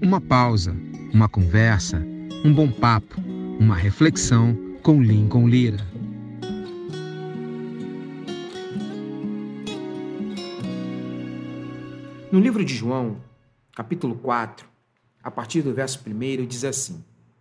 Uma pausa, uma conversa, um bom papo, uma reflexão com Lincoln Lira. No livro de João, capítulo 4, a partir do verso 1, diz assim: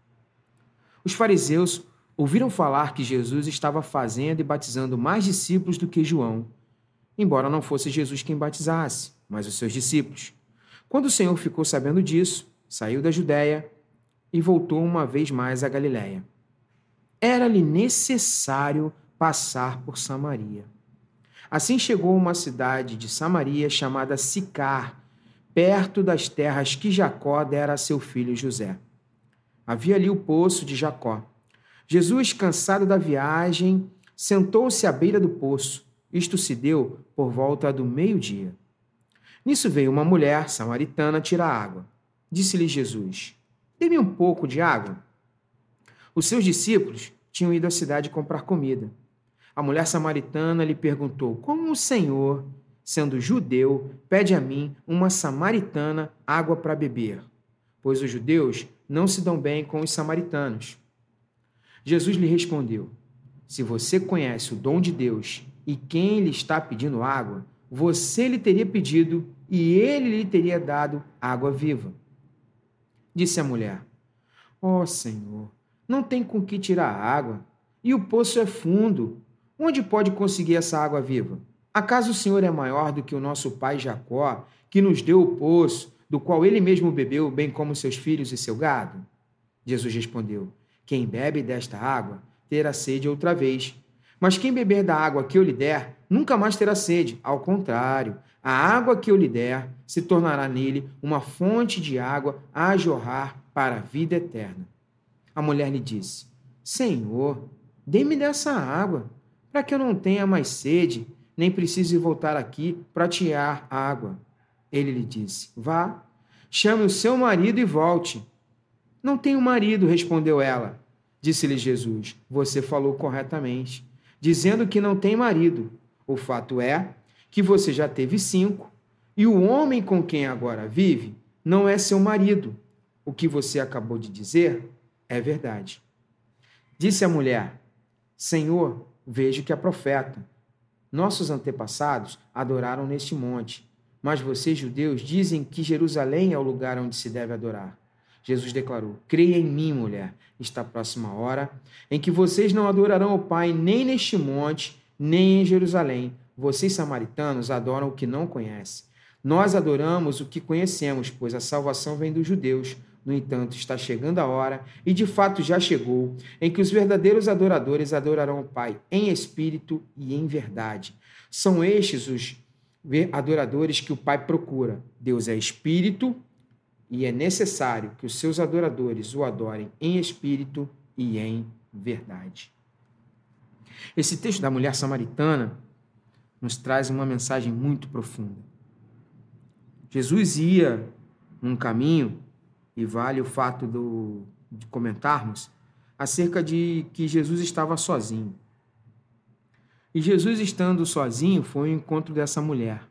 Os fariseus ouviram falar que Jesus estava fazendo e batizando mais discípulos do que João, embora não fosse Jesus quem batizasse, mas os seus discípulos. Quando o Senhor ficou sabendo disso, saiu da Judéia e voltou uma vez mais à Galiléia. Era-lhe necessário passar por Samaria. Assim chegou a uma cidade de Samaria chamada Sicar, perto das terras que Jacó dera a seu filho José. Havia ali o poço de Jacó. Jesus, cansado da viagem, sentou-se à beira do poço. Isto se deu por volta do meio-dia. Nisso veio uma mulher samaritana tirar água. Disse-lhe Jesus: Dê-me um pouco de água. Os seus discípulos tinham ido à cidade comprar comida. A mulher samaritana lhe perguntou: Como o Senhor, sendo judeu, pede a mim, uma samaritana, água para beber? Pois os judeus não se dão bem com os samaritanos. Jesus lhe respondeu: Se você conhece o dom de Deus e quem lhe está pedindo água, você lhe teria pedido e ele lhe teria dado água viva. Disse a mulher: Ó Senhor, não tem com que tirar água, e o poço é fundo. Onde pode conseguir essa água viva? Acaso o Senhor é maior do que o nosso pai Jacó, que nos deu o poço, do qual ele mesmo bebeu, bem como seus filhos e seu gado? Jesus respondeu: Quem bebe desta água terá sede outra vez. Mas quem beber da água que eu lhe der, nunca mais terá sede. Ao contrário, a água que eu lhe der se tornará nele uma fonte de água a jorrar para a vida eterna. A mulher lhe disse: Senhor, dê-me dessa água, para que eu não tenha mais sede, nem precise voltar aqui para tirar água. Ele lhe disse: Vá, chame o seu marido e volte. Não tenho marido, respondeu ela. Disse-lhe Jesus: Você falou corretamente, dizendo que não tem marido. O fato é que você já teve 5, e o homem com quem agora vive não é seu marido. O que você acabou de dizer é verdade. Disse a mulher: Senhor, vejo que é profeta. Nossos antepassados adoraram neste monte, mas vocês, judeus, dizem que Jerusalém é o lugar onde se deve adorar. Jesus declarou: Creia em mim, mulher, está próxima a hora em que vocês não adorarão ao Pai nem neste monte, nem em Jerusalém. Vocês, samaritanos, adoram o que não conhecem. Nós adoramos o que conhecemos, pois a salvação vem dos judeus. No entanto, está chegando a hora, e de fato já chegou, em que os verdadeiros adoradores adorarão o Pai em espírito e em verdade. São estes os adoradores que o Pai procura. Deus é espírito, e é necessário que os seus adoradores o adorem em espírito e em verdade. Esse texto da mulher samaritana nos traz uma mensagem muito profunda. Jesus ia num caminho, e vale o fato de comentarmos, acerca de que Jesus estava sozinho. E Jesus, estando sozinho, foi ao encontro dessa mulher.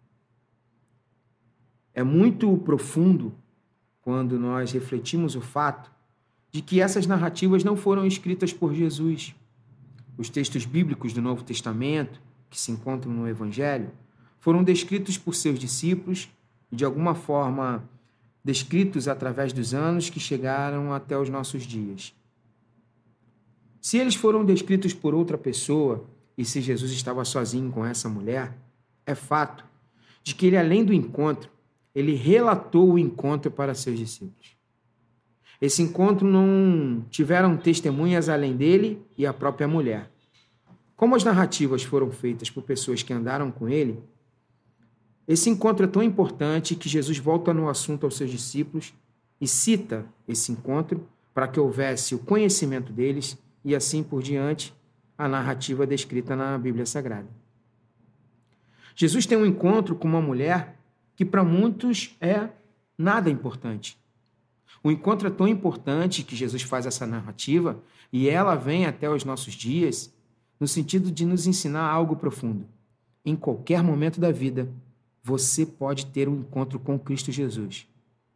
É muito profundo quando nós refletimos o fato de que essas narrativas não foram escritas por Jesus. Os textos bíblicos do Novo Testamento, que se encontram no Evangelho, foram descritos por seus discípulos e, de alguma forma, descritos através dos anos que chegaram até os nossos dias. Se eles foram descritos por outra pessoa, e se Jesus estava sozinho com essa mulher, é fato de que ele, além do encontro, ele relatou o encontro para seus discípulos. Esse encontro não tiveram testemunhas além dele e a própria mulher. Como as narrativas foram feitas por pessoas que andaram com ele, esse encontro é tão importante que Jesus volta no assunto aos seus discípulos e cita esse encontro para que houvesse o conhecimento deles e assim por diante a narrativa descrita na Bíblia Sagrada. Jesus tem um encontro com uma mulher que para muitos é nada importante. O encontro é tão importante que Jesus faz essa narrativa e ela vem até os nossos dias no sentido de nos ensinar algo profundo. Em qualquer momento da vida, você pode ter um encontro com Cristo Jesus.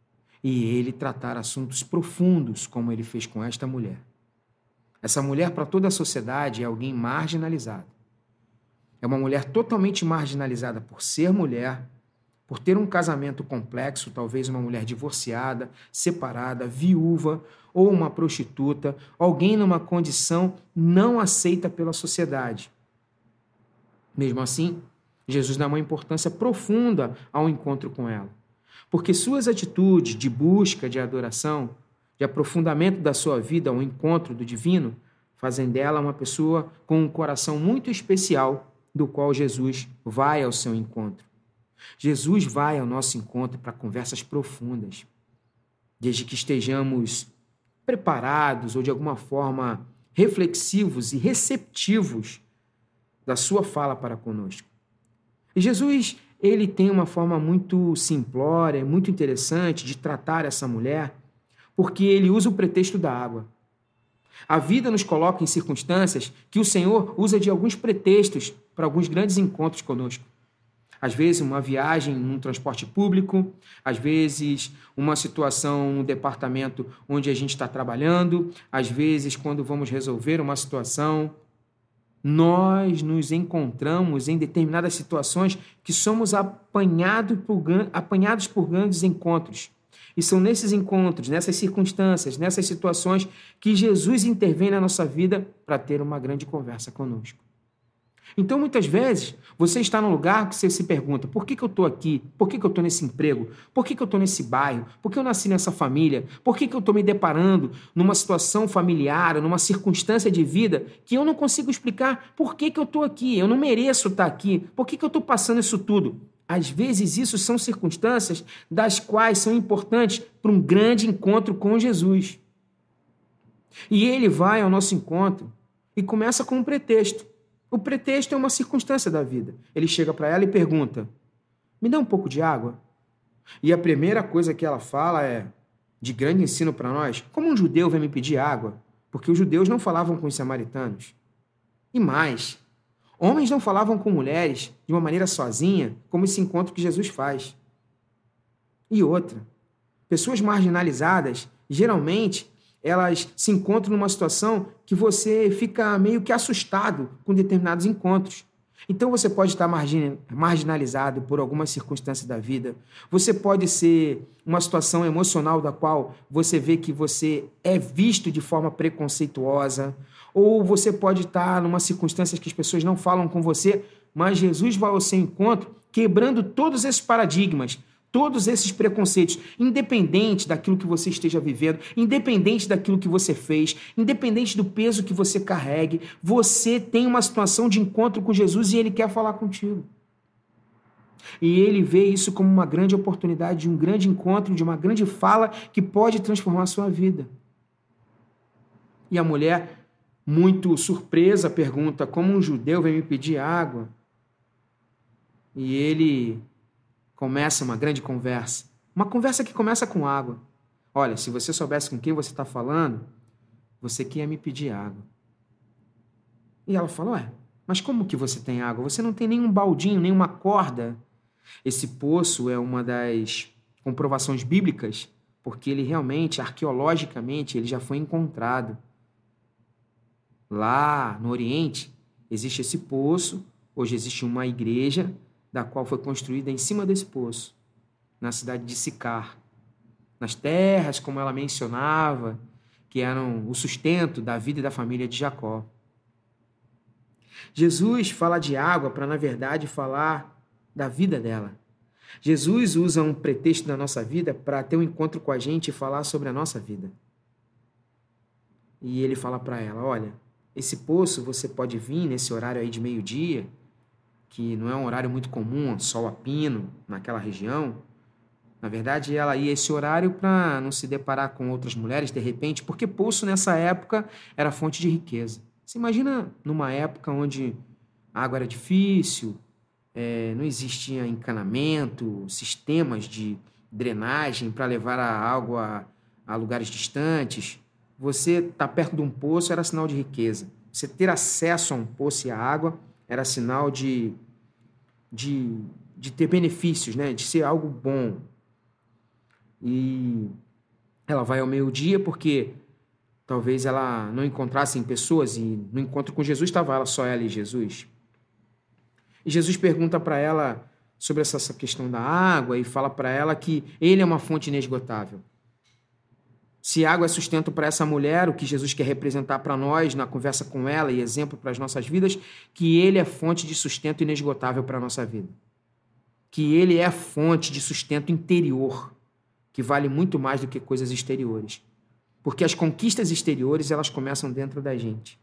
e ele tratar assuntos profundos, como ele fez com esta mulher. Essa mulher, para toda a sociedade, é alguém marginalizado. É uma mulher totalmente marginalizada por ser mulher, por ter um casamento complexo, talvez uma mulher divorciada, separada, viúva ou uma prostituta, alguém numa condição não aceita pela sociedade. Mesmo assim, Jesus dá uma importância profunda ao encontro com ela, porque suas atitudes de busca, de adoração, de aprofundamento da sua vida ao encontro do divino, fazem dela uma pessoa com um coração muito especial, do qual Jesus vai ao seu encontro. Jesus vai ao nosso encontro para conversas profundas, desde que estejamos preparados ou de alguma forma reflexivos e receptivos da sua fala para conosco. E Jesus, ele tem uma forma muito simplória, muito interessante de tratar essa mulher, porque ele usa o pretexto da água. A vida nos coloca em circunstâncias que o Senhor usa de alguns pretextos para alguns grandes encontros conosco. Às vezes, uma viagem num transporte público, às vezes, uma situação no departamento onde a gente está trabalhando, às vezes, quando vamos resolver uma situação, nós nos encontramos em determinadas situações que somos apanhados por grandes encontros. E são nesses encontros, nessas circunstâncias, nessas situações que Jesus intervém na nossa vida para ter uma grande conversa conosco. Então, muitas vezes, você está num lugar que você se pergunta, por que eu estou aqui? Por que eu estou nesse emprego? Por que eu estou nesse bairro? Por que eu nasci nessa família? Por que eu estou me deparando numa situação familiar, numa circunstância de vida que eu não consigo explicar por que eu estou aqui? Eu não mereço estar aqui. Por que eu estou passando isso tudo? Às vezes, isso são circunstâncias das quais são importantes para um grande encontro com Jesus. E ele vai ao nosso encontro e começa com um pretexto. O pretexto é uma circunstância da vida. Ele chega para ela e pergunta, me dá um pouco de água? E a primeira coisa que ela fala é, de grande ensino para nós, como um judeu vai me pedir água? Porque os judeus não falavam com os samaritanos. E mais, homens não falavam com mulheres de uma maneira sozinha, como esse encontro que Jesus faz. E outra, pessoas marginalizadas, geralmente, elas se encontram numa situação que você fica meio que assustado com determinados encontros. Então, você pode estar marginalizado por alguma circunstância da vida. Você pode ser uma situação emocional da qual você vê que você é visto de forma preconceituosa. Ou você pode estar numa circunstância que as pessoas não falam com você, mas Jesus vai ao seu encontro quebrando todos esses paradigmas, todos esses preconceitos, independente daquilo que você esteja vivendo, independente daquilo que você fez, independente do peso que você carregue, você tem uma situação de encontro com Jesus e ele quer falar contigo. E ele vê isso como uma grande oportunidade, de um grande encontro, de uma grande fala que pode transformar a sua vida. E a mulher, muito surpresa, pergunta, como um judeu vem me pedir água? E ele começa uma grande conversa. Uma conversa que começa com água. Olha, se você soubesse com quem você está falando, você que ia me pedir água. E ela fala, ué, mas como que você tem água? Você não tem nenhum baldinho, nenhuma corda. Esse poço é uma das comprovações bíblicas, porque ele realmente, arqueologicamente, ele já foi encontrado. Lá no Oriente, existe esse poço, hoje existe uma igreja, da qual foi construída em cima desse poço, na cidade de Sicar, nas terras, como ela mencionava, que eram o sustento da vida e da família de Jacó. Jesus fala de água para, na verdade, falar da vida dela. Jesus usa um pretexto da nossa vida para ter um encontro com a gente e falar sobre a nossa vida. E ele fala para ela, olha, esse poço você pode vir nesse horário aí de meio-dia, que não é um horário muito comum, sol a pino, naquela região. Na verdade, ela ia esse horário para não se deparar com outras mulheres, de repente, porque poço, nessa época, era fonte de riqueza. Você imagina numa época onde a água era difícil, não existia encanamento, sistemas de drenagem para levar a água a lugares distantes. Você estar perto de um poço era sinal de riqueza. Você ter acesso a um poço e a água era sinal de ter benefícios, né? De ser algo bom. e ela vai ao meio-dia porque talvez ela não encontrasse pessoas, e no encontro com Jesus estava só ela e Jesus. E Jesus pergunta para ela sobre essa questão da água e fala para ela que ele é uma fonte inesgotável. Se água é sustento para essa mulher, o que Jesus quer representar para nós na conversa com ela e exemplo para as nossas vidas, que ele é fonte de sustento inesgotável para a nossa vida. Que ele é fonte de sustento interior, que vale muito mais do que coisas exteriores. Porque as conquistas exteriores, elas começam dentro da gente.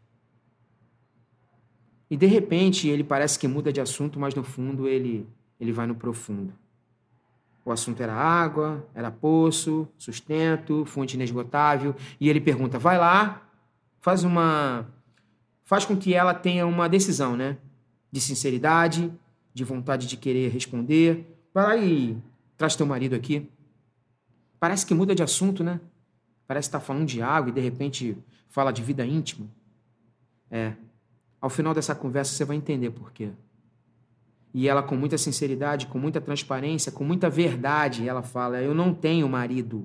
E de repente ele parece que muda de assunto, mas no fundo ele vai no profundo. O assunto era água, era poço, sustento, fonte inesgotável. E ele pergunta, vai lá, faz com que ela tenha uma decisão, né? De sinceridade, de vontade de querer responder. Vai lá e traz teu marido aqui. Parece que muda de assunto, né? Parece que está falando de água e de repente fala de vida íntima. Ao final dessa conversa você vai entender por quê. E ela, com muita sinceridade, com muita transparência, com muita verdade, ela fala, eu não tenho marido.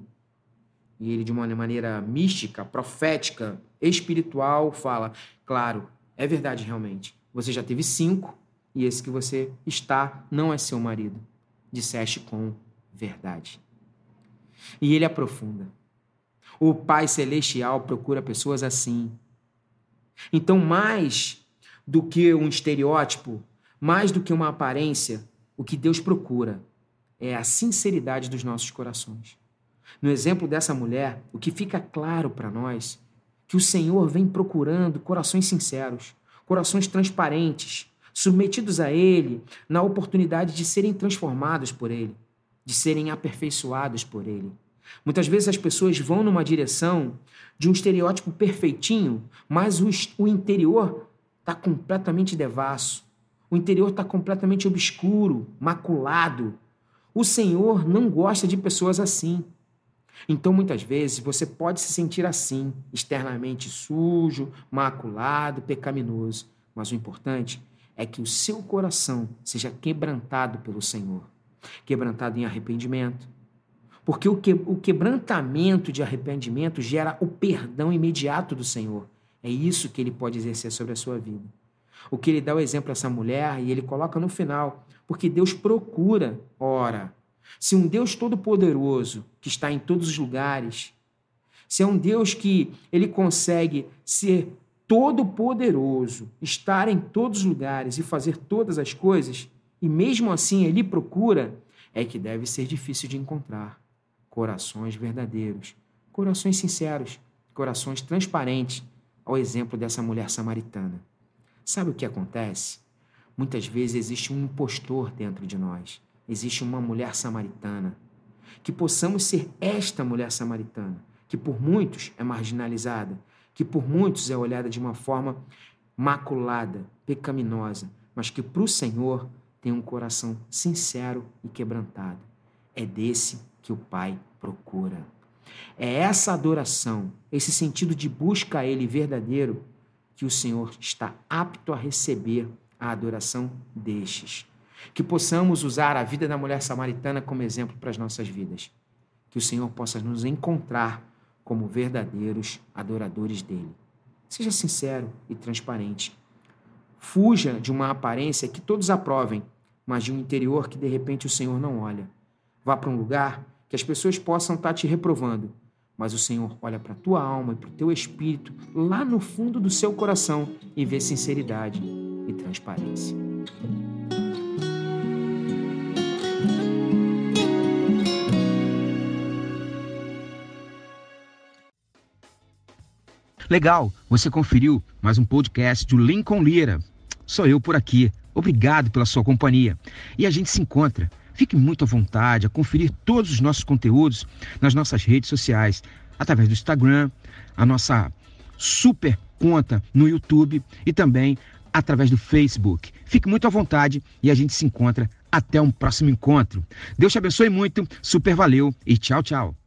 E ele, de uma maneira mística, profética, espiritual, fala, claro, é verdade realmente. Você já teve 5 e esse que você está não é seu marido. Disseste com verdade. E ele aprofunda. O Pai Celestial procura pessoas assim. Então, mais do que um estereótipo, mais do que uma aparência, o que Deus procura é a sinceridade dos nossos corações. No exemplo dessa mulher, o que fica claro para nós é que o Senhor vem procurando corações sinceros, corações transparentes, submetidos a Ele, na oportunidade de serem transformados por Ele, de serem aperfeiçoados por Ele. Muitas vezes as pessoas vão numa direção de um estereótipo perfeitinho, mas o interior está completamente devasso. O interior está completamente obscuro, maculado. O Senhor não gosta de pessoas assim. Então, muitas vezes, você pode se sentir assim, externamente sujo, maculado, pecaminoso. Mas o importante é que o seu coração seja quebrantado pelo Senhor. Quebrantado em arrependimento. Porque o quebrantamento de arrependimento gera o perdão imediato do Senhor. É isso que Ele pode exercer sobre a sua vida. O que Ele dá o exemplo a essa mulher e Ele coloca no final. Porque Deus procura, ora, se um Deus todo-poderoso que está em todos os lugares, se é um Deus que Ele consegue ser todo-poderoso, estar em todos os lugares e fazer todas as coisas, e mesmo assim Ele procura, é que deve ser difícil de encontrar corações verdadeiros, corações sinceros, corações transparentes, ao exemplo dessa mulher samaritana. Sabe o que acontece? Muitas vezes existe um impostor dentro de nós. Existe uma mulher samaritana. Que possamos ser esta mulher samaritana, que por muitos é marginalizada, que por muitos é olhada de uma forma maculada, pecaminosa, mas que para o Senhor tem um coração sincero e quebrantado. É desse que o Pai procura. É essa adoração, esse sentido de busca a Ele verdadeiro, que o Senhor está apto a receber a adoração destes. Que possamos usar a vida da mulher samaritana como exemplo para as nossas vidas. Que o Senhor possa nos encontrar como verdadeiros adoradores dele. Seja sincero e transparente. Fuja de uma aparência que todos aprovem, mas de um interior que de repente o Senhor não olha. Vá para um lugar que as pessoas possam estar te reprovando, mas o Senhor olha para a tua alma e para o teu espírito, lá no fundo do seu coração, e vê sinceridade e transparência. Legal, você conferiu mais um podcast do Lincoln Lira. Sou eu por aqui. Obrigado pela sua companhia. E a gente se encontra. Fique muito à vontade a conferir todos os nossos conteúdos nas nossas redes sociais, através do Instagram, a nossa super conta no YouTube e também através do Facebook. Fique muito à vontade e a gente se encontra até um próximo encontro. Deus te abençoe muito, super valeu e tchau, tchau.